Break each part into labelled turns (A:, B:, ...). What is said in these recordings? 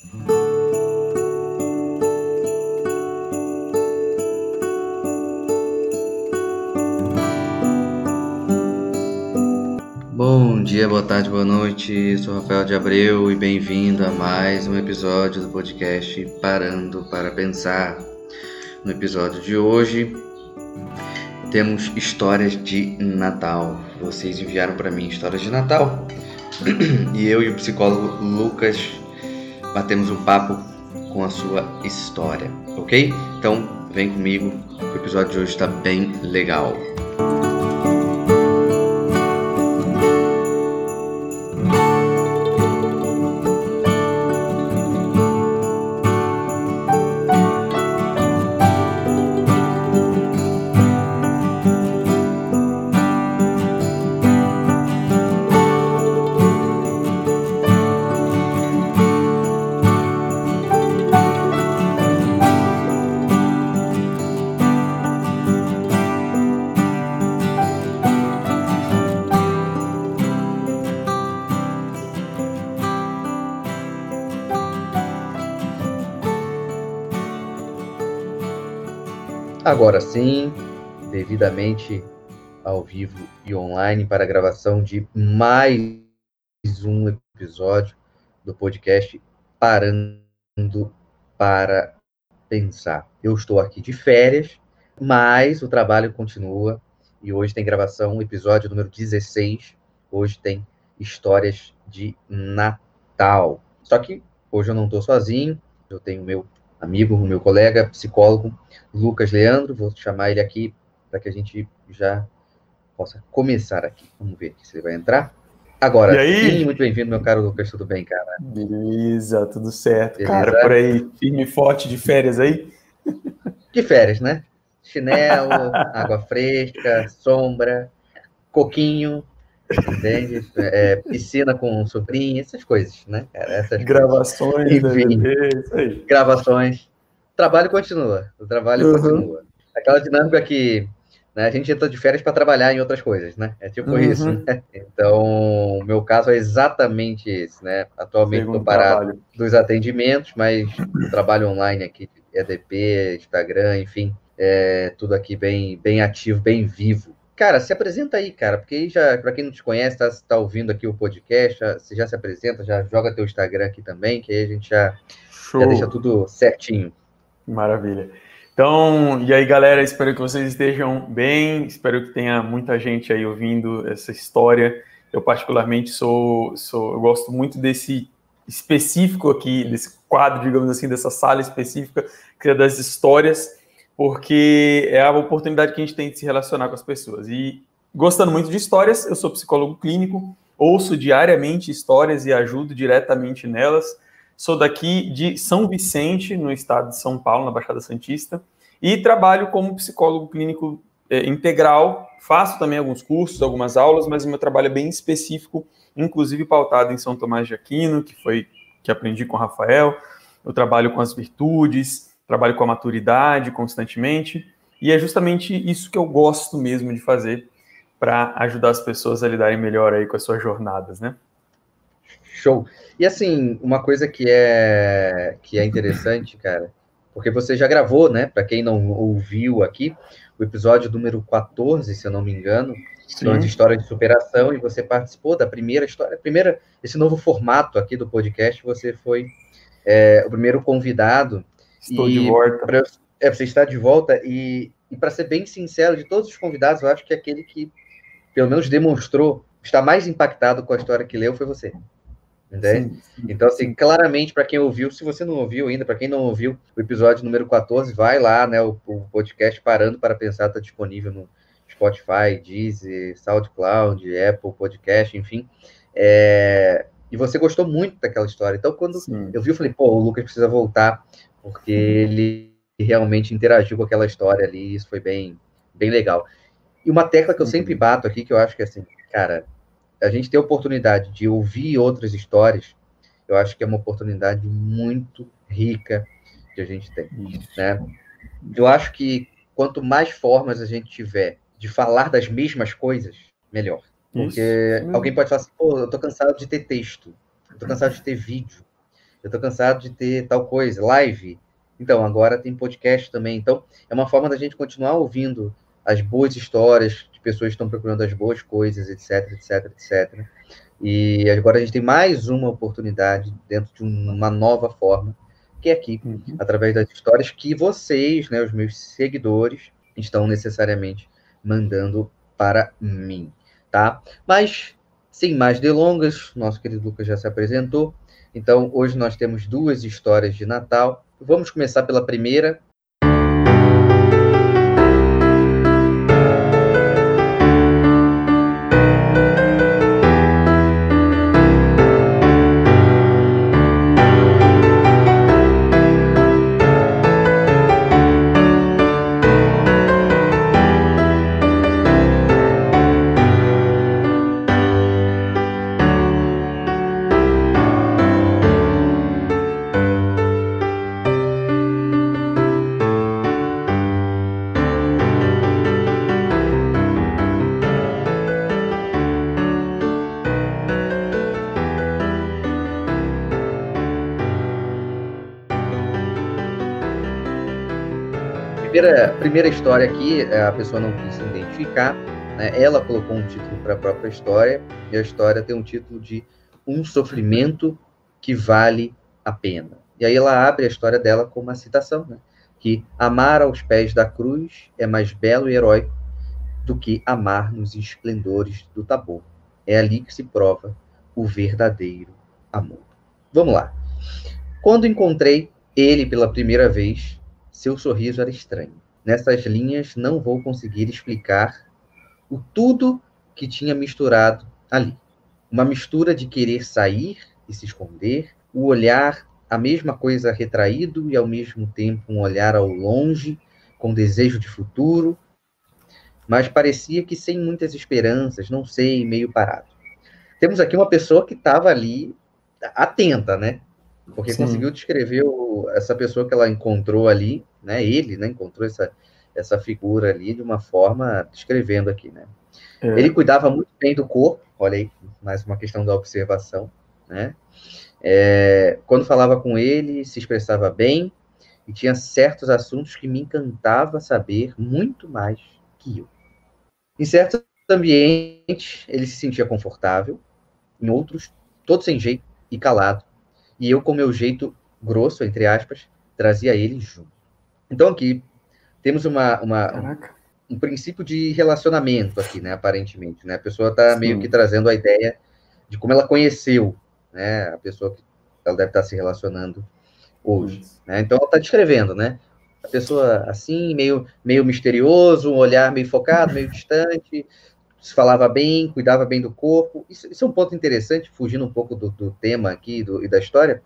A: Bom dia, boa tarde, boa noite. Sou Rafael de Abreu e bem-vindo a mais um episódio do podcast Parando para Pensar. No episódio de hoje temos histórias de Natal. Vocês enviaram para mim histórias de Natal e eu e o psicólogo Lucas batemos um papo com a sua história, ok? Então vem comigo, o episódio de hoje está bem legal. Agora sim, devidamente ao vivo e online para a gravação de mais um episódio do podcast Parando para Pensar. Eu estou aqui de férias, mas o trabalho continua e hoje tem gravação, episódio número 16. Hoje tem histórias de Natal. Só que hoje eu não estou sozinho, eu tenho meu amigo, o meu colega, psicólogo, Lucas Leandro. Vou chamar ele aqui para que a gente já possa começar aqui. Vamos ver se ele vai entrar. Agora,
B: E aí?
A: Sim, muito bem-vindo, meu caro Lucas. Tudo bem, cara?
B: Beleza, tudo certo.
A: Beleza?
B: Cara, por aí, firme e forte de férias aí?
A: De férias, né? Chinelo, água fresca, sombra, coquinho, entende? Piscina com sobrinha, essas coisas, né, cara? Essas
B: Gravações,
A: coisas. Enfim,
B: DVD, isso aí.
A: gravações. O trabalho continua. Aquela dinâmica que, né, a gente entra de férias para trabalhar em outras coisas, né? É tipo isso, né? Então, o meu caso é exatamente esse, né? Atualmente estou parado dos atendimentos, mas o trabalho online aqui, EDP, Instagram, enfim, tudo aqui bem ativo, bem vivo. Cara, se apresenta aí, cara, porque aí já, para quem não te conhece, tá ouvindo aqui o podcast, você já se apresenta, já joga teu Instagram aqui também, que aí a gente já deixa tudo certinho.
B: Maravilha. Então, e aí, galera, espero que vocês estejam bem, espero que tenha muita gente aí ouvindo essa história. Eu, particularmente, eu gosto muito desse específico aqui, desse quadro, digamos assim, dessa sala específica, que é das histórias, porque é a oportunidade que a gente tem de se relacionar com as pessoas. E, gostando muito de histórias, eu sou psicólogo clínico, ouço diariamente histórias e ajudo diretamente nelas. Sou daqui de São Vicente, no estado de São Paulo, na Baixada Santista, e trabalho como psicólogo clínico integral. Faço também alguns cursos, algumas aulas, mas o meu trabalho é bem específico, inclusive pautado em São Tomás de Aquino, que aprendi com o Rafael. Eu trabalho com as virtudes, trabalho com a maturidade constantemente, e é justamente isso que eu gosto mesmo de fazer para ajudar as pessoas a lidarem melhor aí com as suas jornadas, né?
A: Show. E assim, uma coisa que é interessante, cara, porque você já gravou, né? Para quem não ouviu aqui, o episódio número 14, se eu não me engano, de história de superação, e você participou da primeira história, esse novo formato aqui do podcast, você foi o primeiro convidado.
B: Estou de volta.
A: Você está de volta, e para ser bem sincero, de todos os convidados, eu acho que aquele que, pelo menos, demonstrou estar mais impactado com a história que leu foi você. Entende? Sim. Então, assim, claramente, para quem ouviu, se você não ouviu ainda, para quem não ouviu o episódio número 14, vai lá, né? O podcast Parando para Pensar está disponível no Spotify, Deezer, SoundCloud, Apple Podcast, enfim. E você gostou muito daquela história. Então, quando eu vi, eu falei, pô, o Lucas precisa voltar, porque ele realmente interagiu com aquela história ali, e isso foi bem legal. E uma tecla que eu sempre bato aqui, que eu acho que, assim, cara, a gente ter a oportunidade de ouvir outras histórias, eu acho que é uma oportunidade muito rica que a gente tem, né? Eu acho que quanto mais formas a gente tiver de falar das mesmas coisas, melhor. Porque alguém pode falar assim, pô, eu tô cansado de ter texto, eu tô cansado de ter vídeo, eu estou cansado de ter tal coisa, live. Então, agora tem podcast também. Então, é uma forma da gente continuar ouvindo as boas histórias de pessoas que estão procurando as boas coisas, etc, etc, etc. E agora a gente tem mais uma oportunidade dentro de uma nova forma, que é aqui, através das histórias que vocês, né, os meus seguidores, estão necessariamente mandando para mim, tá? Mas, sem mais delongas, nosso querido Lucas já se apresentou. Então, hoje nós temos 2 histórias de Natal. Vamos começar pela primeira. Primeira história aqui, a pessoa não quis se identificar, né? Ela colocou um título para a própria história, e a história tem um título de Um Sofrimento que Vale a Pena. E aí ela abre a história dela com uma citação, né? Que amar aos pés da cruz é mais belo e heróico do que amar nos esplendores do Tabor. É ali que se prova o verdadeiro amor. Vamos lá. Quando encontrei ele pela primeira vez, seu sorriso era estranho. Nessas linhas não vou conseguir explicar o tudo que tinha misturado ali. Uma mistura de querer sair e se esconder, o olhar, a mesma coisa retraído e ao mesmo tempo um olhar ao longe, com desejo de futuro, mas parecia que sem muitas esperanças, não sei, meio parado. Temos aqui uma pessoa que estava ali atenta, né? Porque conseguiu descrever essa pessoa que ela encontrou ali, né? Ele, né? Encontrou essa figura ali de uma forma, descrevendo aqui, né? Ele cuidava muito bem do corpo, olha aí, mais uma questão da observação, né? Quando falava com ele, se expressava bem e tinha certos assuntos que me encantava saber muito mais que eu. Em certos ambientes, ele se sentia confortável, em outros, todo sem jeito e calado. E eu, com meu jeito grosso, entre aspas, trazia ele junto. Então, aqui, temos um princípio de relacionamento aqui, né, aparentemente. Né? A pessoa está meio que trazendo a ideia de como ela conheceu, né, a pessoa que ela deve estar se relacionando hoje. Né? Então, ela está descrevendo, né? A pessoa assim, meio misterioso, um olhar meio focado, meio distante, se falava bem, cuidava bem do corpo. Isso é um ponto interessante, fugindo um pouco do tema aqui e da história,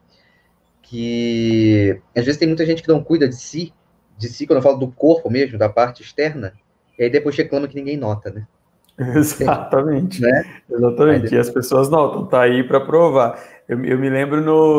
A: que às vezes tem muita gente que não cuida de si, quando eu falo do corpo mesmo, da parte externa, e aí depois reclama que ninguém nota, né?
B: Exatamente. Né? Exatamente. E as pessoas notam, tá aí para provar. Eu me lembro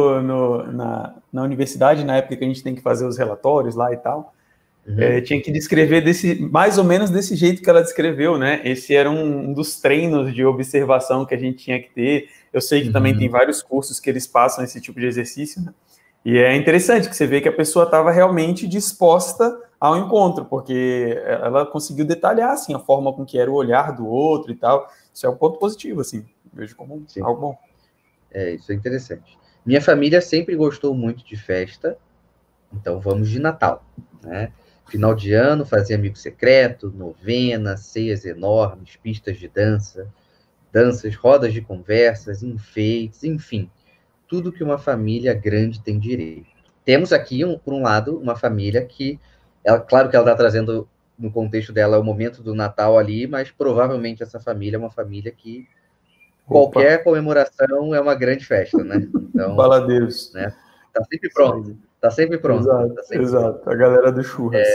B: na universidade, na época que a gente tem que fazer os relatórios lá e tal, tinha que descrever mais ou menos desse jeito que ela descreveu, né? Esse era um dos treinos de observação que a gente tinha que ter. Eu sei que também tem vários cursos que eles passam esse tipo de exercício, né? E é interessante que você vê que a pessoa estava realmente disposta ao encontro, porque ela conseguiu detalhar, assim, a forma com que era o olhar do outro e tal. Isso é um ponto positivo, assim. Vejo como algo bom.
A: Isso é interessante. Minha família sempre gostou muito de festa, então vamos de Natal, né? Final de ano, fazia amigo secreto, novena, ceias enormes, pistas de danças, rodas de conversas, enfeites, enfim, tudo que uma família grande tem direito. Temos aqui, por um lado, uma família que, claro que ela está trazendo no contexto dela o momento do Natal ali, mas provavelmente essa família é uma família que qualquer comemoração é uma grande festa, né? Então,
B: Baladeus.
A: Né? Tá sempre pronto. Tá sempre pronto.
B: Exato,
A: tá sempre
B: exato.
A: Pronto.
B: A galera do churras.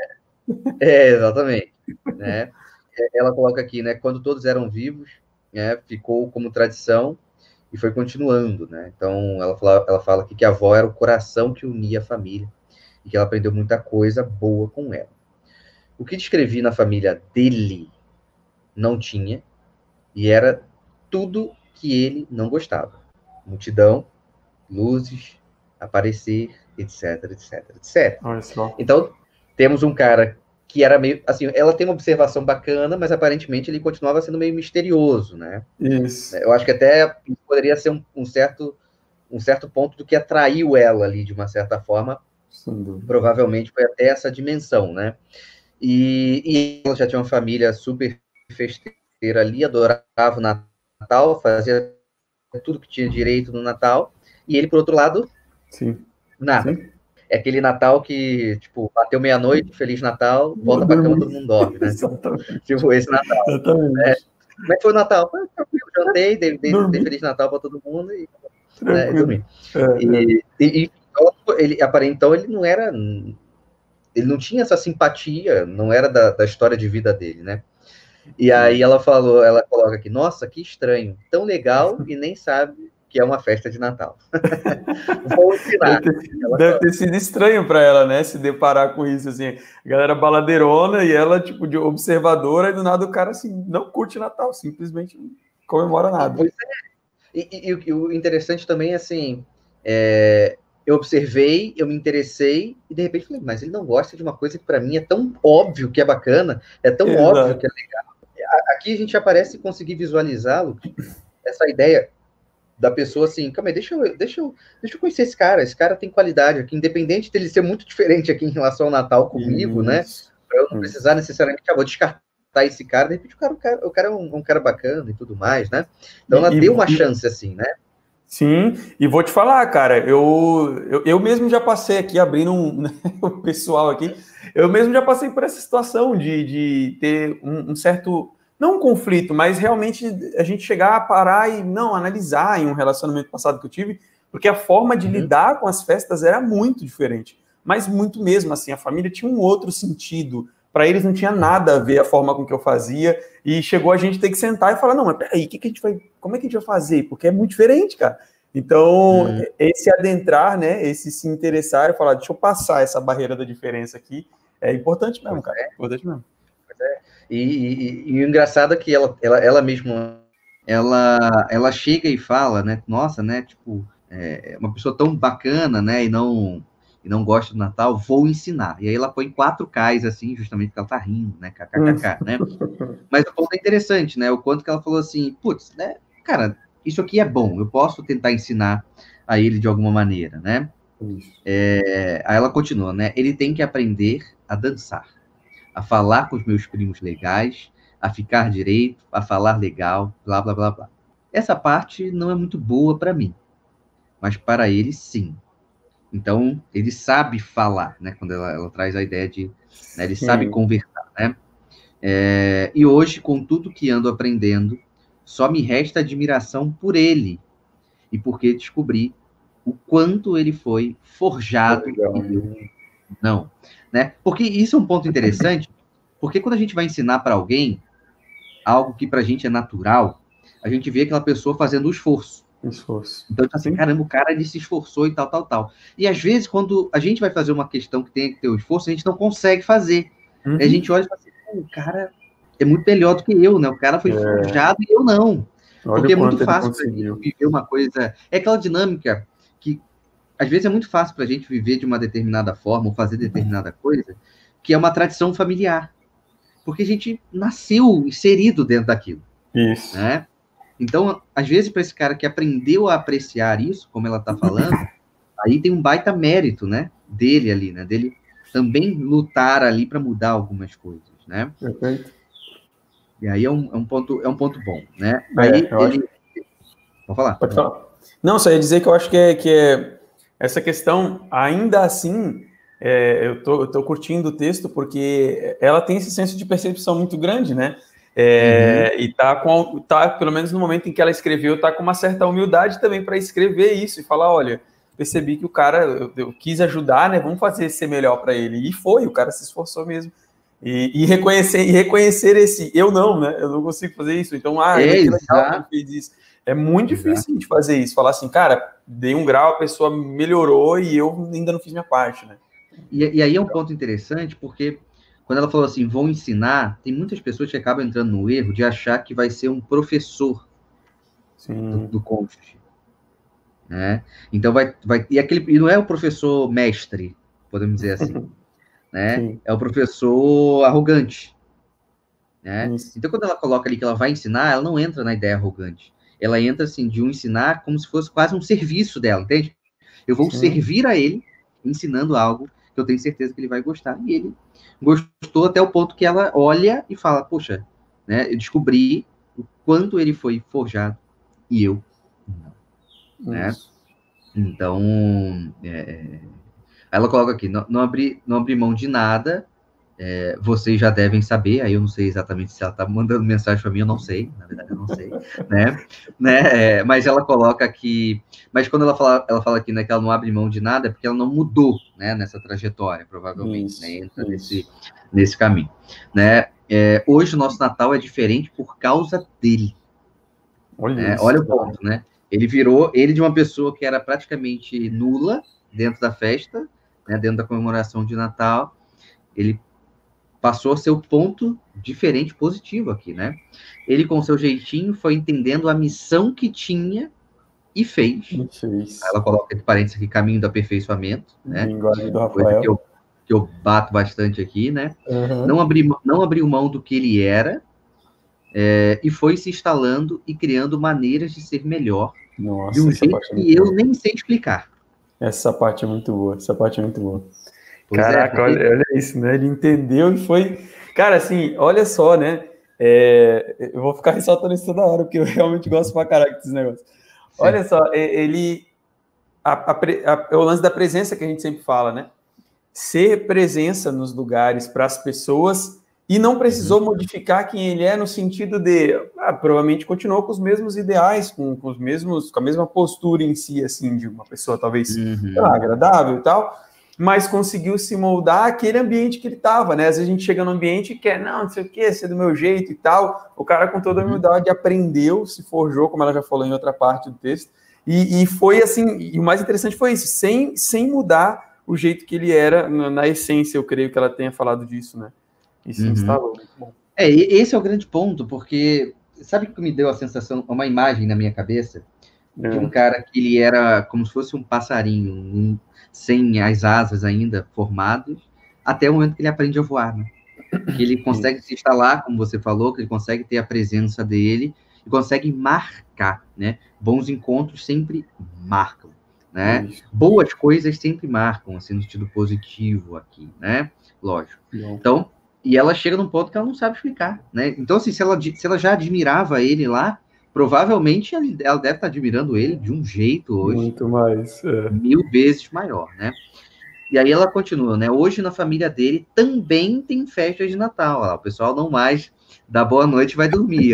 A: Exatamente. Né? Ela coloca aqui, né? Quando todos eram vivos, né? Ficou como tradição e foi continuando, né? Então, ela fala aqui que a avó era o coração que unia a família e que ela aprendeu muita coisa boa com ela. O que descrevi na família dele não tinha e era tudo que ele não gostava. Multidão, luzes, aparecer, etc, etc, etc.
B: Olha só.
A: Então, temos um cara que era meio, assim, ela tem uma observação bacana, mas aparentemente ele continuava sendo meio misterioso, né?
B: Isso.
A: Eu acho que até poderia ser um certo ponto do que atraiu ela ali, de uma certa forma,
B: Sem dúvida.
A: provavelmente foi até essa dimensão, né? E ela já tinha uma família super festeira ali, adorava o Natal, fazia tudo que tinha direito no Natal, e ele, por outro lado,
B: Sim.
A: nada.
B: Sim.
A: É aquele Natal que, tipo, bateu meia-noite, Feliz Natal,
B: Vou
A: volta pra cama,
B: dormir.
A: todo mundo dorme, né?
B: Exatamente.
A: Tipo, esse Natal. Né?
B: Exatamente.
A: Como é que foi o Natal? Foi tranquilo, jantei, dei
B: Dormir.
A: Feliz Natal pra todo mundo e, né, e
B: Tranquilo.
A: dormi. Então, ele não era... Ele não tinha essa simpatia, não era da história de vida dele, né? E aí ela coloca aqui, nossa, que estranho, tão legal e nem sabe que é uma festa de Natal. Vou ensinar.
B: Deve ter sido estranho para ela, né? Se deparar com isso, assim, a galera baladeirona e ela, tipo, de observadora, e do nada o cara, assim, não curte Natal, simplesmente não comemora nada.
A: Pois é. E o interessante também, assim, eu observei, eu me interessei, e de repente falei, mas ele não gosta de uma coisa que para mim é tão óbvio que é bacana, é tão óbvio que é legal. Aqui a gente já parece conseguir visualizá-lo, essa ideia da pessoa assim, calma aí, deixa eu conhecer esse cara tem qualidade aqui, independente dele ser muito diferente aqui em relação ao Natal comigo, né? Para eu não precisar necessariamente, vou descartar esse cara, de repente o cara é um cara bacana e tudo mais, né? Então ela deu uma chance assim, né?
B: Sim, e vou te falar, cara, eu mesmo já passei aqui, abrindo o pessoal aqui, eu mesmo já passei por essa situação de ter um certo, não um conflito, mas realmente a gente chegar a parar e não analisar em um relacionamento passado que eu tive, porque a forma de lidar com as festas era muito diferente, mas muito mesmo, assim, a família tinha um outro sentido, para eles não tinha nada a ver a forma com que eu fazia, e chegou a gente ter que sentar e falar, não, mas peraí, como é que a gente vai fazer? Porque é muito diferente, cara. Então, esse adentrar, né, esse se interessar e falar, deixa eu passar essa barreira da diferença aqui, é importante mesmo, cara. É importante mesmo.
A: E o engraçado é que ela mesma, ela chega e fala, né, nossa, né, tipo, uma pessoa tão bacana, né, e não gosta do Natal, vou ensinar. E aí ela põe 4 Ks, assim, justamente porque ela tá rindo, né, kkkk, né? Mas o ponto é interessante, né, o quanto que ela falou assim, putz, né, cara, isso aqui é bom, eu posso tentar ensinar a ele de alguma maneira, né? Aí ela continua, né, ele tem que aprender a dançar, a falar com os meus primos legais, a ficar direito, a falar legal, blá, blá, blá, blá. Essa parte não é muito boa para mim, mas para ele, sim. Então, ele sabe falar, né? Quando ela traz a ideia de... Né, ele sabe conversar, né? E hoje, com tudo que ando aprendendo, só me resta admiração por ele e porque descobri o quanto ele foi forjado e eu não. Né? Porque isso é um ponto interessante, porque quando a gente vai ensinar para alguém algo que para a gente é natural, a gente vê aquela pessoa fazendo o esforço. Então, assim, caramba, o cara ele se esforçou e tal, tal, tal. E às vezes, quando a gente vai fazer uma questão que tem que ter o esforço, a gente não consegue fazer. E a gente olha e fala assim, o cara é muito melhor do que eu, né? O cara foi forjado e eu não.
B: Olha,
A: porque é muito fácil pra gente viver uma coisa... É aquela dinâmica que, às vezes, é muito fácil pra gente viver de uma determinada forma ou fazer determinada coisa, que é uma tradição familiar. Porque a gente nasceu inserido dentro daquilo.
B: Isso.
A: Né? Então, às vezes, para esse cara que aprendeu a apreciar isso, como ela está falando, aí tem um baita mérito, né? Dele ali, né? Dele também lutar ali para mudar algumas coisas, né?
B: Perfeito.
A: E aí é um ponto bom, né? Aí ele... Pode falar?
B: Pode falar. Não, só ia dizer que eu acho que essa questão, ainda assim, eu tô curtindo o texto porque ela tem esse senso de percepção muito grande, né? E tá, pelo menos no momento em que ela escreveu, tá com uma certa humildade também para escrever isso e falar, olha, percebi que o cara, eu quis ajudar, né? Vamos fazer ser melhor para ele. E foi, o cara se esforçou mesmo. E reconhecer esse eu não, né? Eu não consigo fazer isso. Então, que legal que ele fez isso. É muito difícil de fazer isso. Falar assim, cara, dei um grau, a pessoa melhorou e eu ainda não fiz minha parte, né?
A: E aí é um ponto interessante, porque quando ela falou assim, vou ensinar, tem muitas pessoas que acabam entrando no erro de achar que vai ser um professor do cônjuge. né? Então e não é o professor mestre, podemos dizer assim, né?
B: Sim.
A: É o professor arrogante, né?
B: Isso.
A: Então, quando ela coloca ali que ela vai ensinar, ela não entra na ideia arrogante. Ela entra, assim, de um ensinar como se fosse quase um serviço dela, entende? Eu vou
B: Sim.
A: servir a ele, ensinando algo que eu tenho certeza que ele vai gostar. E ele gostou até o ponto que ela olha e fala, poxa, né? Eu descobri o quanto ele foi forjado e eu não, né?
B: Isso.
A: Então, ela coloca aqui, não abrir mão de nada. Vocês já devem saber, aí eu não sei exatamente se ela está mandando mensagem para mim, eu não sei, na verdade eu não sei, né? Mas ela coloca aqui, mas quando ela fala aqui, né, que ela não abre mão de nada, é porque ela não mudou, né, nessa trajetória, provavelmente,
B: Isso.
A: né, entra nesse caminho, né? Hoje o nosso Natal é diferente por causa dele,
B: Olha
A: né?
B: isso.
A: Olha o ponto, né? Ele de uma pessoa que era praticamente nula dentro da festa, né, dentro da comemoração de Natal, ele passou a ser o ponto diferente, positivo aqui, né? Ele, com seu jeitinho, foi entendendo a missão que tinha e fez. Ela coloca entre parênteses aqui, caminho do aperfeiçoamento, né?
B: Linguagem do
A: Coisa
B: Rafael.
A: que eu bato bastante aqui, né?
B: Uhum.
A: Não abriu mão do que ele era, e foi se instalando e criando maneiras de ser melhor,
B: Nossa,
A: de um jeito que eu nem sei explicar.
B: Essa parte é muito boa,
A: Pois
B: Caraca,
A: porque...
B: olha isso, né? Ele entendeu e foi... Cara, assim, olha só, né? Eu vou ficar ressaltando isso toda hora, porque eu realmente gosto pra caralho desses negócios. Sim. Olha só, ele... É o lance da presença que a gente sempre fala, né? Ser presença nos lugares para as pessoas e não precisou modificar quem ele é no sentido de... provavelmente continuou com os mesmos ideais, com a mesma postura em si, assim, de uma pessoa talvez agradável e tal, mas conseguiu se moldar aquele ambiente que ele estava, né? Às vezes a gente chega no ambiente e quer, não sei o quê, ser do meu jeito e tal. O cara, com toda a humildade, aprendeu, se forjou, como ela já falou em outra parte do texto, e foi assim, e o mais interessante foi isso, sem mudar o jeito que ele era na essência, eu creio que ela tenha falado disso, né? E se instalou, muito bom.
A: Esse é o grande ponto, porque sabe que me deu a sensação, uma imagem na minha cabeça, de um cara que ele era como se fosse um passarinho, sem as asas ainda formadas, até o momento que ele aprende a voar, né? Que ele consegue se instalar, como você falou, que ele consegue ter a presença dele e consegue marcar, né? Bons encontros sempre marcam, né? Boas coisas sempre marcam, assim, no sentido positivo aqui, né? Lógico. Então, e ela chega num ponto que ela não sabe explicar, né? Então, assim, se ela já admirava ele lá, provavelmente ela deve estar admirando ele de um jeito hoje.
B: Muito mais.
A: 1000 vezes maior, né? E aí ela continua, né? Hoje na família dele também tem festas de Natal. Ó, o pessoal não mais dá boa noite e vai dormir.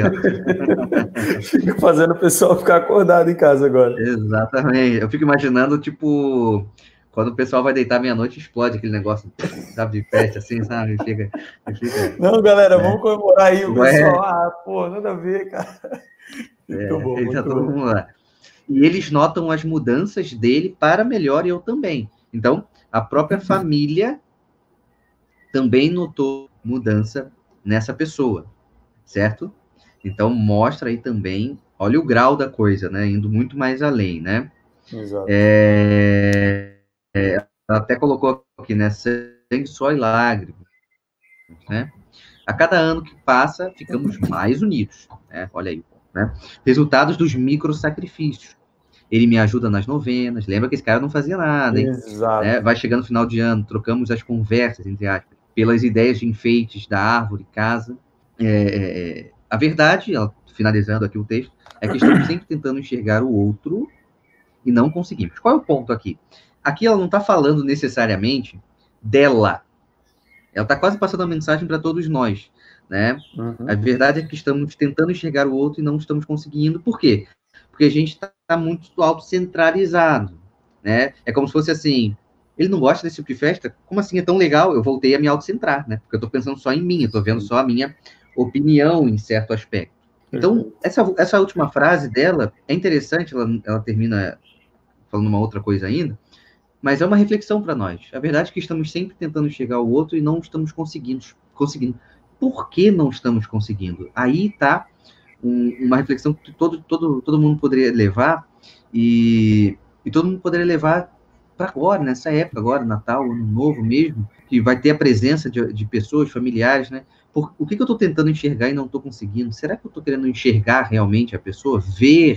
B: Fica fazendo o pessoal ficar acordado em casa agora.
A: Exatamente. Eu fico imaginando, tipo, quando o pessoal vai deitar meia-noite, explode aquele negócio, sabe, de festa, assim, sabe? Fica
B: não, galera, vamos comemorar aí o pessoal. Pô, nada a ver, cara.
A: Muito bom, muito bom. Todo mundo lá. E eles notam as mudanças dele para melhor e eu também. Então, a própria família também notou mudança nessa pessoa, certo? Então, mostra aí também, olha o grau da coisa, né? Indo muito mais além, né?
B: Exato.
A: Ela até colocou aqui, né? Sangue, suor e lágrimas, né? A cada ano que passa, ficamos mais unidos, né? Olha aí, né? Resultados dos micro-sacrifícios. Ele me ajuda nas novenas. Lembra que esse cara não fazia nada, hein?
B: Exato.
A: Né? Vai chegando no final de ano, trocamos as conversas, entre aspas, pelas ideias de enfeites da árvore, casa. A verdade, finalizando aqui o texto, é que estamos sempre tentando enxergar o outro e não conseguimos. Qual é o ponto aqui? Aqui ela não está falando necessariamente dela. Ela está quase passando a mensagem para todos nós, né? A verdade é que estamos tentando enxergar o outro e não estamos conseguindo. Por quê? Porque a gente está muito autocentralizado, né? É como se fosse assim, ele não gosta desse tipo de festa? Como assim? É tão legal? Eu voltei a me autocentrar, né? Porque eu estou pensando só em mim, eu estou vendo só a minha opinião em certo aspecto. Então, essa última frase dela é interessante, ela termina falando uma outra coisa ainda, mas é uma reflexão para nós. A verdade é que estamos sempre tentando chegar ao outro e não estamos conseguindo. Por que não estamos conseguindo? Aí está uma reflexão que todo mundo poderia levar, e e todo mundo poderia levar para agora, nessa época agora, Natal, Ano Novo mesmo, que vai ter a presença de pessoas, familiares, né? O que eu estou tentando enxergar e não estou conseguindo? Será que eu estou querendo enxergar realmente a pessoa? Ver,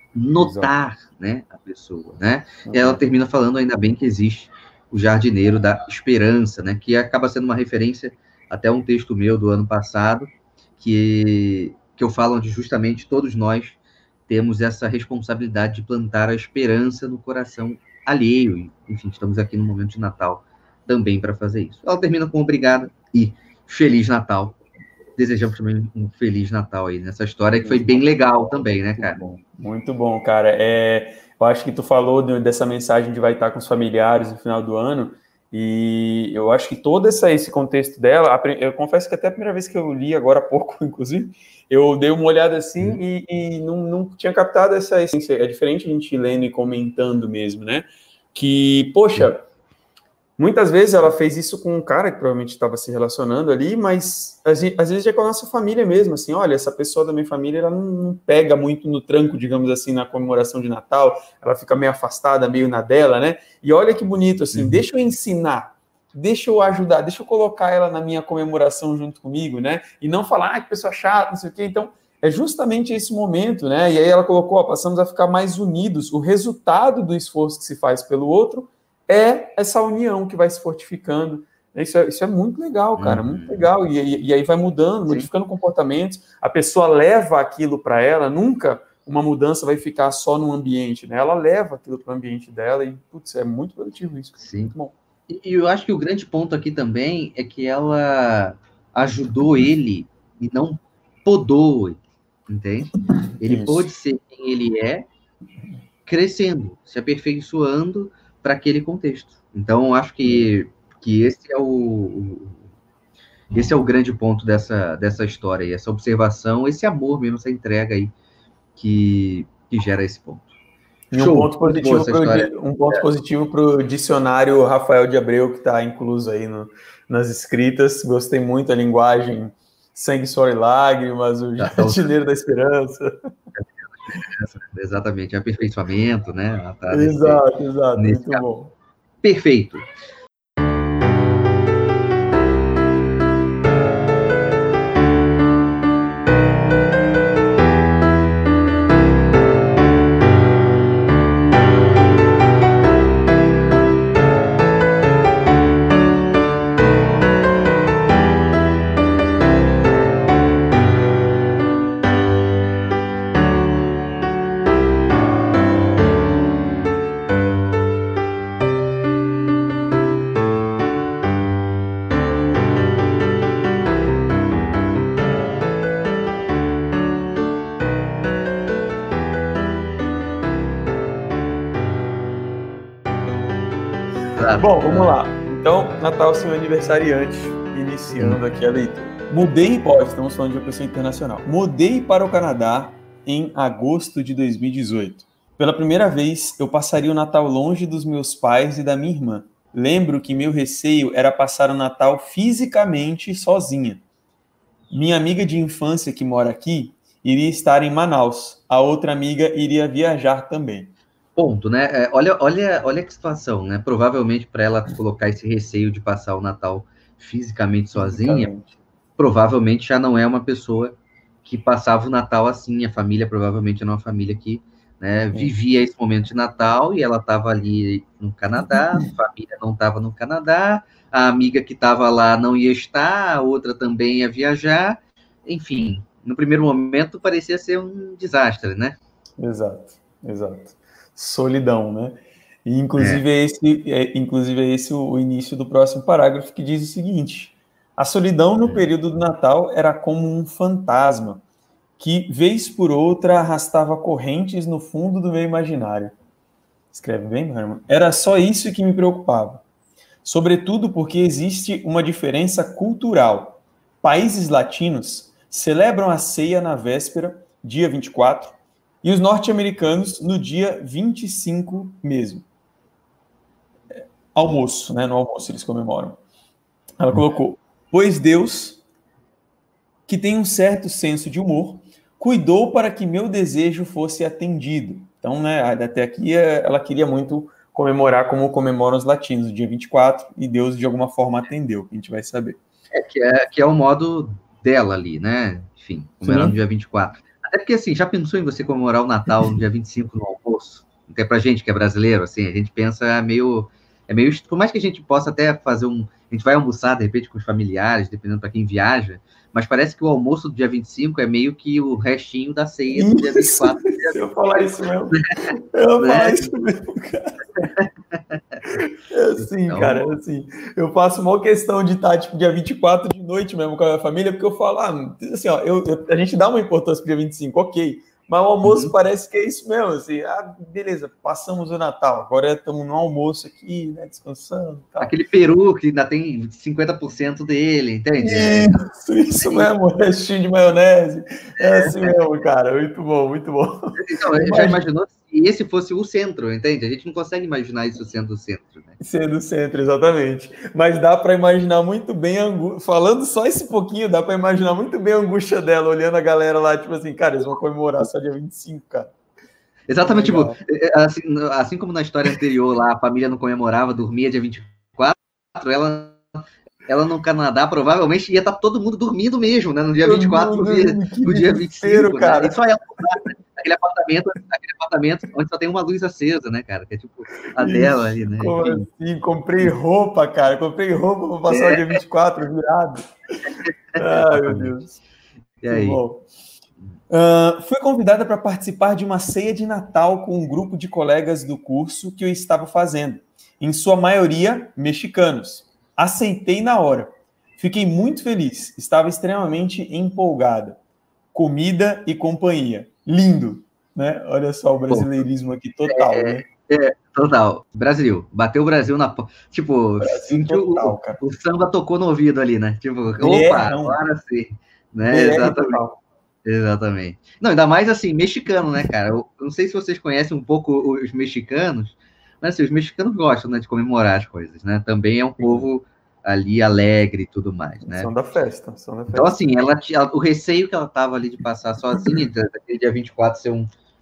A: notar, né, a pessoa, né? E ela termina falando, ainda bem que existe o jardineiro da esperança, né? Que acaba sendo uma referência até um texto meu do ano passado, que eu falo onde justamente todos nós temos essa responsabilidade de plantar a esperança no coração alheio. Enfim, estamos aqui no momento de Natal também para fazer isso. Ela termina com obrigada e Feliz Natal. Desejamos também um Feliz Natal aí nessa história, que foi bem legal também, né, cara?
B: Muito bom, cara. Eu acho que tu falou dessa mensagem de vai estar com os familiares no final do ano, e eu acho que todo esse contexto dela, eu confesso que até a primeira vez que eu li, agora há pouco, inclusive, eu dei uma olhada assim e não tinha captado essa essência. É diferente a gente lendo e comentando mesmo, né? Que, poxa, muitas vezes ela fez isso com um cara que provavelmente estava se relacionando ali, mas às vezes é com a nossa família mesmo, assim, olha, essa pessoa da minha família, ela não pega muito no tranco, digamos assim, na comemoração de Natal, ela fica meio afastada, meio na dela, né? E olha que bonito, assim, deixa eu ensinar, deixa eu ajudar, deixa eu colocar ela na minha comemoração junto comigo, né? E não falar, que pessoa chata, não sei o quê. Então, é justamente esse momento, né? E aí ela colocou, passamos a ficar mais unidos. O resultado do esforço que se faz pelo outro é essa união que vai se fortificando. Isso é muito legal, cara, muito legal. E aí vai mudando, modificando comportamentos. A pessoa leva aquilo para ela, nunca uma mudança vai ficar só no ambiente, né? Ela leva aquilo para o ambiente dela e, putz, é muito produtivo isso.
A: Sim.
B: Muito bom.
A: E eu acho que o grande ponto aqui também é que ela ajudou ele e não podou ele, entende? Ele pôde ser quem ele é, crescendo, se aperfeiçoando para aquele contexto. Então, eu acho que esse é o grande ponto dessa história aí, essa observação, esse amor mesmo, essa entrega aí que gera esse ponto.
B: E um ponto positivo para o dicionário Rafael de Abreu, que está incluso aí nas escritas. Gostei muito da linguagem sangue, suor e lágrimas, o jardineiro da esperança.
A: Exatamente, aperfeiçoamento, né?
B: Tá exato, muito bom.
A: Perfeito.
B: Bom, vamos lá. Então, Natal, seu aniversariante, iniciando aqui a leitura. Estamos falando de uma pessoa internacional. Mudei para o Canadá em agosto de 2018. Pela primeira vez, eu passaria o Natal longe dos meus pais e da minha irmã. Lembro que meu receio era passar o Natal fisicamente sozinha. Minha amiga de infância que mora aqui iria estar em Manaus. A outra amiga iria viajar também.
A: Ponto, né? Olha que situação, né? Provavelmente para ela colocar esse receio de passar o Natal fisicamente sozinha, provavelmente já não é uma pessoa que passava o Natal assim. A família provavelmente era uma família que, né, vivia esse momento de Natal e ela estava ali no Canadá, a família não estava no Canadá, a amiga que estava lá não ia estar, a outra também ia viajar. Enfim, no primeiro momento parecia ser um desastre, né?
B: Exato. Solidão, né? E inclusive é esse o início do próximo parágrafo, que diz o seguinte: a solidão no período do Natal era como um fantasma que, vez por outra, arrastava correntes no fundo do meu imaginário. Escreve bem, meu irmão? Era só isso que me preocupava. Sobretudo porque existe uma diferença cultural. Países latinos celebram a ceia na véspera, dia 24, e os norte-americanos no dia 25 mesmo. Almoço, né? No almoço eles comemoram. Ela colocou: pois Deus, que tem um certo senso de humor, cuidou para que meu desejo fosse atendido. Então, né, até aqui ela queria muito comemorar como comemoram os latinos, o dia 24, e Deus de alguma forma atendeu, a gente vai saber.
A: Que é o modo dela ali, né? Enfim, comemorar no dia 24. Até porque, assim, já pensou em você comemorar o Natal no dia 25 no almoço? Até pra gente que é brasileiro, assim, a gente pensa por mais que a gente possa até fazer a gente vai almoçar, de repente, com os familiares, dependendo para quem viaja, mas parece que o almoço do dia 25 é meio que o restinho da ceia do dia 24.
B: Eu falar isso mesmo. Eu
A: né?
B: falar isso mesmo, cara. É assim, então, cara, é assim. Eu faço uma questão de estar, tipo, dia 24 de noite mesmo com a minha família, porque eu falo, assim, ó, a gente dá uma importância pro dia 25, ok. Mas o almoço parece que é isso mesmo, assim, beleza, passamos o Natal, agora estamos no almoço aqui, né, descansando. Tal.
A: Aquele peru que ainda tem 50% dele, entende?
B: Isso mesmo, restinho de maionese, é assim mesmo, cara, muito bom, muito bom.
A: Então, já imaginou se esse fosse o centro, entende? A gente não consegue imaginar isso sendo o centro, né?
B: Sendo o centro, exatamente. Mas dá para imaginar muito bem, falando só esse pouquinho, dá para imaginar muito bem a angústia dela, olhando a galera lá, tipo assim, cara, eles vão comemorar só dia 25, cara.
A: Exatamente, tipo, assim como na história anterior lá, a família não comemorava, dormia dia 24, ela no Canadá provavelmente ia estar todo mundo dormindo mesmo, né? No dia 24, no dia 25,
B: cara.
A: Né? E só ela aquele apartamento onde só tem uma luz acesa, né, cara? Que é tipo a dela ali, né?
B: Como assim? Comprei roupa, cara. Comprei roupa para passar o dia 24 virado. Ai, meu Deus.
A: E aí?
B: Bom. Fui convidada para participar de uma ceia de Natal com um grupo de colegas do curso que eu estava fazendo, em sua maioria mexicanos. Aceitei na hora. Fiquei muito feliz, estava extremamente empolgada. Comida e companhia. Lindo, né? Olha só o brasileirismo aqui total, né?
A: Total. Brasil. Bateu o Brasil na... Tipo, sentiu o samba tocou no ouvido ali, né? Tipo, opa, agora sim. Né? Exatamente. Não, ainda mais assim, mexicano, né, cara? Eu não sei se vocês conhecem um pouco os mexicanos, mas assim, os mexicanos gostam, né, de comemorar as coisas, né? Também é um povo ali alegre e tudo mais, né?
B: São da festa.
A: Então, assim, o receio que ela tava ali de passar sozinha, daquele dia 24 ser um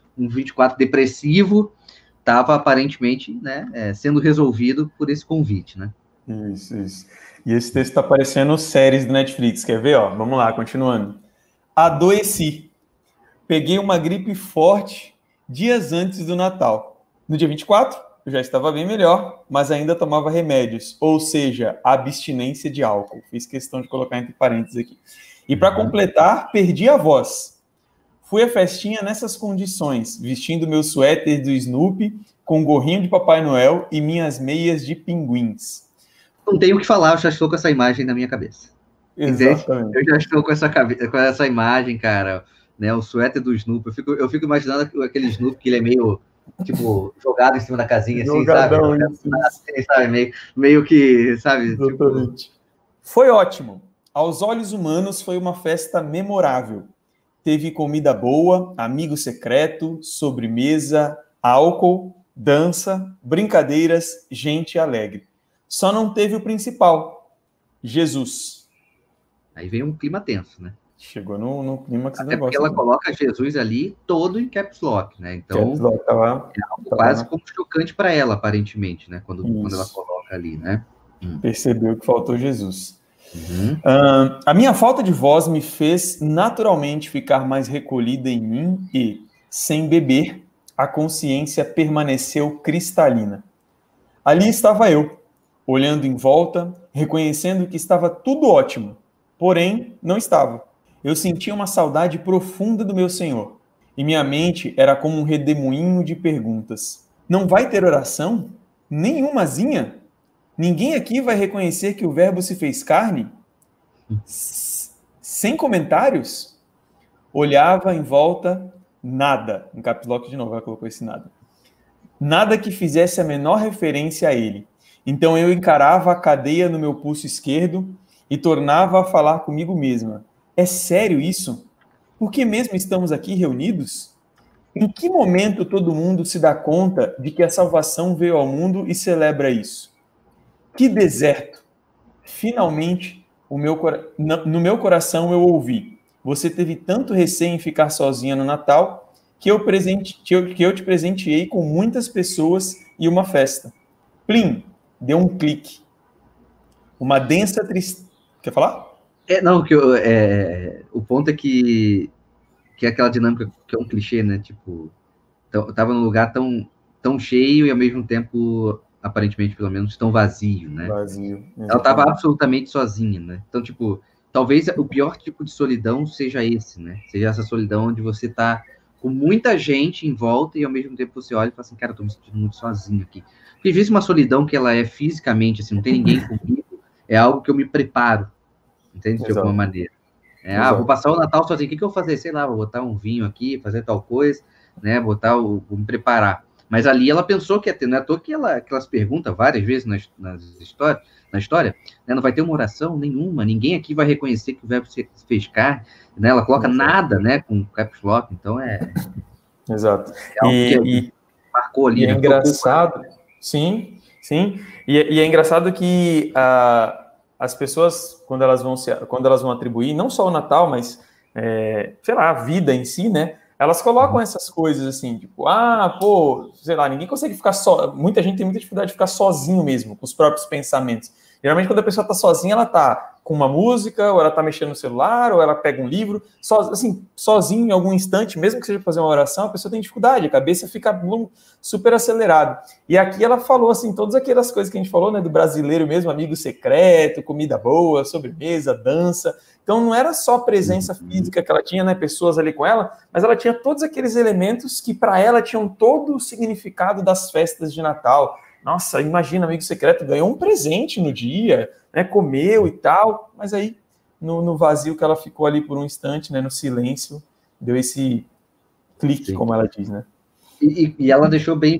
A: 24 depressivo, estava aparentemente, né, sendo resolvido por esse convite, né?
B: Isso. E esse texto está aparecendo séries do Netflix, quer ver? Ó, vamos lá, continuando. Adoeci. Peguei uma gripe forte dias antes do Natal. No dia 24, eu já estava bem melhor, mas ainda tomava remédios, ou seja, abstinência de álcool. Fiz questão de colocar entre parênteses aqui. E para completar, perdi a voz. Fui à festinha nessas condições, vestindo meu suéter do Snoopy, com gorrinho de Papai Noel e minhas meias de pinguins.
A: Não tenho o que falar, eu já estou com essa imagem na minha cabeça.
B: Exatamente.
A: Entende? Eu já estou com essa imagem, cara, né? O suéter do Snoopy. Eu fico imaginando aquele Snoopy que ele é meio, tipo, jogado em cima da casinha, assim,
B: Jogadão,
A: sabe? Meio que, sabe?
B: Tipo... Foi ótimo. Aos olhos humanos, foi uma festa memorável. Teve comida boa, amigo secreto, sobremesa, álcool, dança, brincadeiras, gente alegre. Só não teve o principal, Jesus.
A: Aí vem um clima tenso, né?
B: Chegou no clímax do
A: negócio. Porque ela coloca Jesus ali todo em caps lock, né? Então,
B: caps lock, é algo
A: quase como chocante para ela, aparentemente, né? Quando ela coloca ali, né?
B: Percebeu que faltou Jesus. A minha falta de voz me fez naturalmente ficar mais recolhida em mim e, sem beber, a consciência permaneceu cristalina. Ali estava eu, olhando em volta, reconhecendo que estava tudo ótimo, porém não estava. Eu sentia uma saudade profunda do meu Senhor, e minha mente era como um redemoinho de perguntas. Não vai ter oração? Nenhumazinha? Ninguém aqui vai reconhecer que o Verbo se fez carne? Sem comentários? Olhava em volta, nada. Em caps lock de novo, ela colocou esse nada. Nada que fizesse a menor referência a ele. Então eu encarava a cadeia no meu pulso esquerdo e tornava a falar comigo mesma. É sério isso? Por que mesmo estamos aqui reunidos? Em que momento todo mundo se dá conta de que a salvação veio ao mundo e celebra isso? Que deserto! Finalmente, no meu coração eu ouvi. Você teve tanto receio em ficar sozinha no Natal que eu te presenteei com muitas pessoas e uma festa. Plim, deu um clique. Uma densa tristeza. Quer falar?
A: Não, o ponto é que é aquela dinâmica que é um clichê, né? Tipo, eu tava num lugar tão cheio e ao mesmo tempo, aparentemente, pelo menos, tão vazio, né?
B: Vazio.
A: Ela tava absolutamente sozinha, né? Então, tipo, talvez o pior tipo de solidão seja esse, né? Seja essa solidão onde você tá com muita gente em volta e ao mesmo tempo você olha e fala assim, cara, eu tô me sentindo muito sozinho aqui. Porque às vezes uma solidão que ela é fisicamente, assim, não tem ninguém comigo, é algo que eu me preparo, entende? De alguma maneira. Vou passar o Natal sozinho, o que eu vou fazer? Sei lá, vou botar um vinho aqui, fazer tal coisa, né? Vou me preparar. Mas ali ela pensou que ia ter, não é à toa que ela se pergunta várias vezes na história, né? Não vai ter uma oração nenhuma, ninguém aqui vai reconhecer que o verbo se fez carne, né? Ela coloca nada, né? Com caps lock, então
B: Exato.
A: É algo que marcou ali.
B: E é engraçado, sim. E é engraçado que as pessoas, quando elas vão atribuir, não só o Natal, mas, sei lá, a vida em si, né? Elas colocam essas coisas assim, tipo, sei lá, ninguém consegue ficar só. Muita gente tem muita dificuldade de ficar sozinho mesmo, com os próprios pensamentos. Geralmente, quando a pessoa está sozinha, ela está com uma música, ou ela está mexendo no celular, ou ela pega um livro, sozinho em algum instante, mesmo que seja fazer uma oração, a pessoa tem dificuldade, a cabeça fica super acelerada. E aqui ela falou, assim, todas aquelas coisas que a gente falou, né, do brasileiro mesmo, amigo secreto, comida boa, sobremesa, dança. Então, não era só a presença física que ela tinha, né, pessoas ali com ela, mas ela tinha todos aqueles elementos que, para ela, tinham todo o significado das festas de Natal. Nossa, imagina, amigo secreto ganhou um presente no dia, né, comeu e tal, mas aí, no vazio que ela ficou ali por um instante, né, no silêncio, deu esse clique, como ela diz, né?
A: E ela deixou bem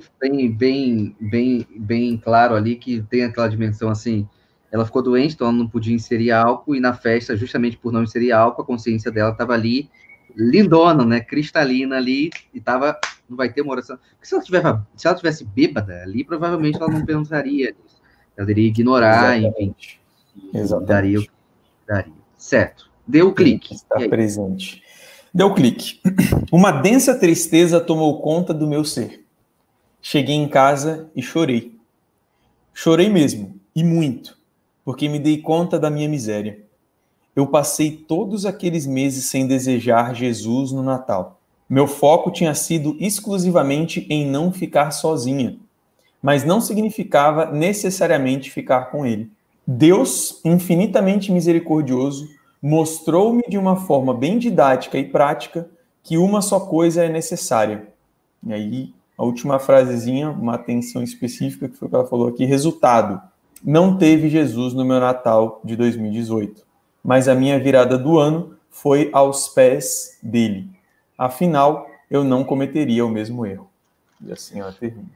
A: claro ali que tem aquela dimensão assim, ela ficou doente, então ela não podia inserir álcool, e na festa, justamente por não inserir álcool, a consciência dela estava ali, lindona, né, cristalina ali, e tava, não vai ter uma oração. Porque se ela tivesse bêbada ali, provavelmente ela não pensaria nisso. Ela iria ignorar,
B: Exatamente.
A: Enfim. Exatamente. Daria. Certo. Deu o clique.
B: Está presente. Deu clique. Uma densa tristeza tomou conta do meu ser. Cheguei em casa e chorei. Chorei mesmo, e muito, porque me dei conta da minha miséria. Eu passei todos aqueles meses sem desejar Jesus no Natal. Meu foco tinha sido exclusivamente em não ficar sozinha, mas não significava necessariamente ficar com ele. Deus, infinitamente misericordioso, mostrou-me de uma forma bem didática e prática que uma só coisa é necessária. E aí, a última frasezinha, uma atenção específica, que foi o que ela falou aqui, resultado. Não teve Jesus no meu Natal de 2018, mas a minha virada do ano foi aos pés dele. Afinal, eu não cometeria o mesmo erro. E assim ela termina.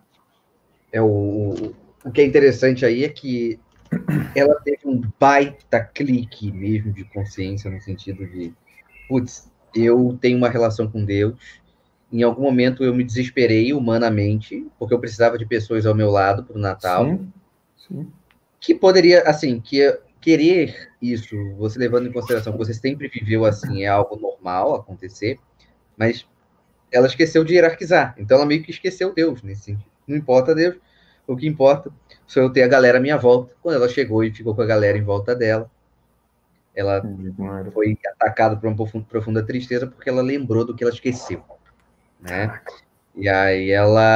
A: O que é interessante aí é que ela teve um baita clique mesmo de consciência, no sentido de, putz, eu tenho uma relação com Deus, em algum momento eu me desesperei humanamente, porque eu precisava de pessoas ao meu lado para o Natal,
B: Sim.
A: Que poderia, assim, querer isso, você levando em consideração que você sempre viveu assim, é algo normal acontecer, mas ela esqueceu de hierarquizar, então ela meio que esqueceu Deus nesse sentido. Não importa Deus, o que importa sou eu ter a galera à minha volta. Quando ela chegou e ficou com a galera em volta dela, ela foi atacada por uma profunda tristeza porque ela lembrou do que ela esqueceu, né? E aí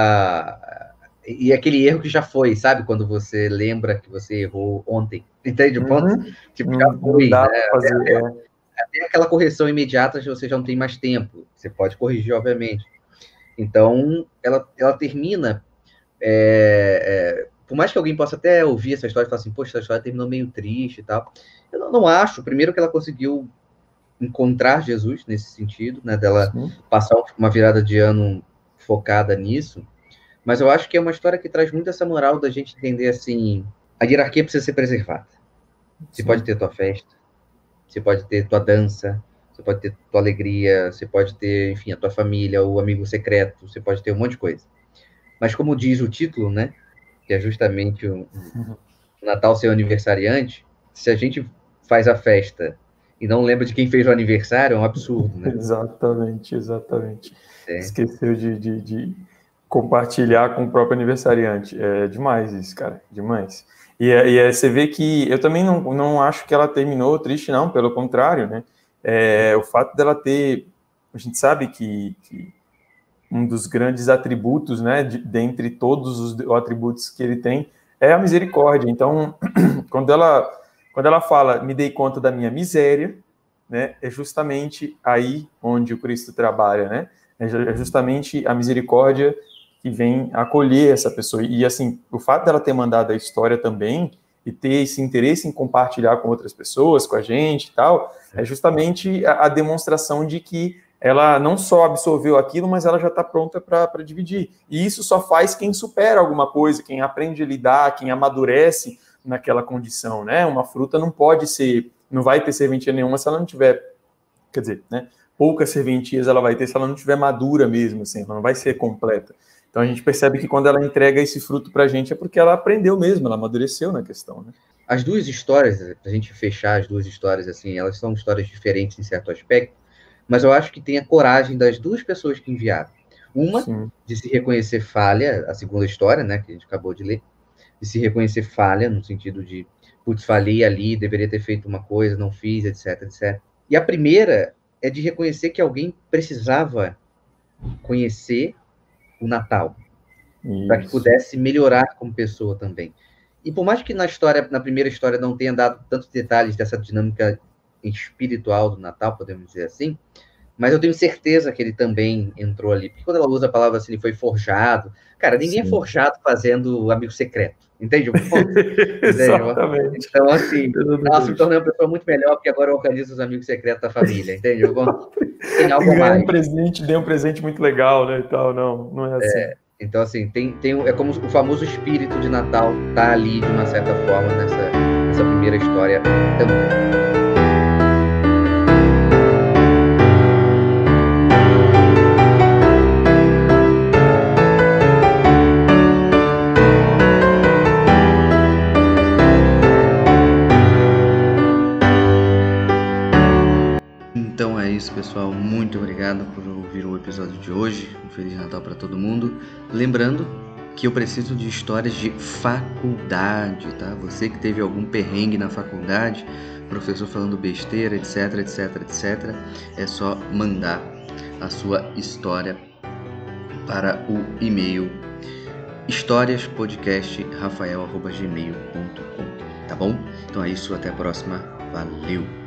A: e aquele erro que já foi, sabe? Quando você lembra que você errou ontem. Entende o ponto? Tipo, já foi,
B: dá
A: né?
B: fazer,
A: até aquela correção imediata você já não tem mais tempo. Você pode corrigir, obviamente. Então, ela termina... por mais que alguém possa até ouvir essa história e falar assim, poxa, essa história terminou meio triste e tal. Eu não acho. Primeiro que ela conseguiu encontrar Jesus nesse sentido, né? Dela passar uma virada de ano focada nisso. Mas eu acho que é uma história que traz muito essa moral da gente entender assim, a hierarquia precisa ser preservada. Você pode ter tua festa, você pode ter tua dança, você pode ter tua alegria, você pode ter, enfim, a tua família, o amigo secreto, você pode ter um monte de coisa. Mas como diz o título, né, que é justamente o Natal ser aniversariante, se a gente faz a festa e não lembra de quem fez o aniversário, é um absurdo, né?
B: Exatamente. Esqueceu de compartilhar com o próprio aniversariante. É demais isso, cara, demais. E você vê que eu também não acho que ela terminou triste, não, pelo contrário, né? O fato dela ter... A gente sabe que um dos grandes atributos, né, dentre todos os atributos que ele tem, é a misericórdia. Então, quando ela fala, me dei conta da minha miséria, né, é justamente aí onde o Cristo trabalha, né? É justamente a misericórdia que vem acolher essa pessoa. E, assim, o fato dela ter mandado a história também e ter esse interesse em compartilhar com outras pessoas, com a gente e tal, é justamente a demonstração de que ela não só absorveu aquilo, mas ela já está pronta para dividir. E isso só faz quem supera alguma coisa, quem aprende a lidar, quem amadurece naquela condição, né? Uma fruta não vai ter serventia nenhuma se ela não tiver, quer dizer, né? Poucas serventias ela vai ter se ela não tiver madura mesmo, assim, ela não vai ser completa. Então a gente percebe que quando ela entrega esse fruto para a gente é porque ela aprendeu mesmo, ela amadureceu na questão, né?
A: As duas histórias, a gente fechar as duas histórias, assim, elas são histórias diferentes em certo aspecto, mas eu acho que tem a coragem das duas pessoas que enviaram. Uma, Sim. de se reconhecer falha, a segunda história, né, que a gente acabou de ler, de se reconhecer falha, no sentido de, putz, falhei ali, deveria ter feito uma coisa, não fiz, etc, etc. E a primeira é de reconhecer que alguém precisava conhecer o Natal, para que pudesse melhorar como pessoa também. E por mais que na primeira história não tenha dado tantos detalhes dessa dinâmica espiritual do Natal, podemos dizer assim, mas eu tenho certeza que ele também entrou ali. Porque quando ela usa a palavra assim, ele foi forjado. Cara, ninguém é forjado fazendo amigo secreto. Entende?
B: Exatamente.
A: Então, assim, nossa, me tornei uma pessoa muito melhor porque agora eu organizo os amigos secretos da família. Entende? Tem algo mais.
B: Dei um presente muito legal, né? E tal. Não é assim.
A: Então, assim, é como o famoso espírito de Natal tá ali, de uma certa forma, nessa primeira história também. Então é isso, pessoal. Muito obrigado por ouvir o episódio de hoje. Um Feliz Natal para todo mundo. Lembrando que eu preciso de histórias de faculdade, tá? Você que teve algum perrengue na faculdade, professor falando besteira, etc, etc, etc, é só mandar a sua história para o e-mail historiaspodcast@rafael.gmail.com, tá bom? Então é isso, até a próxima. Valeu!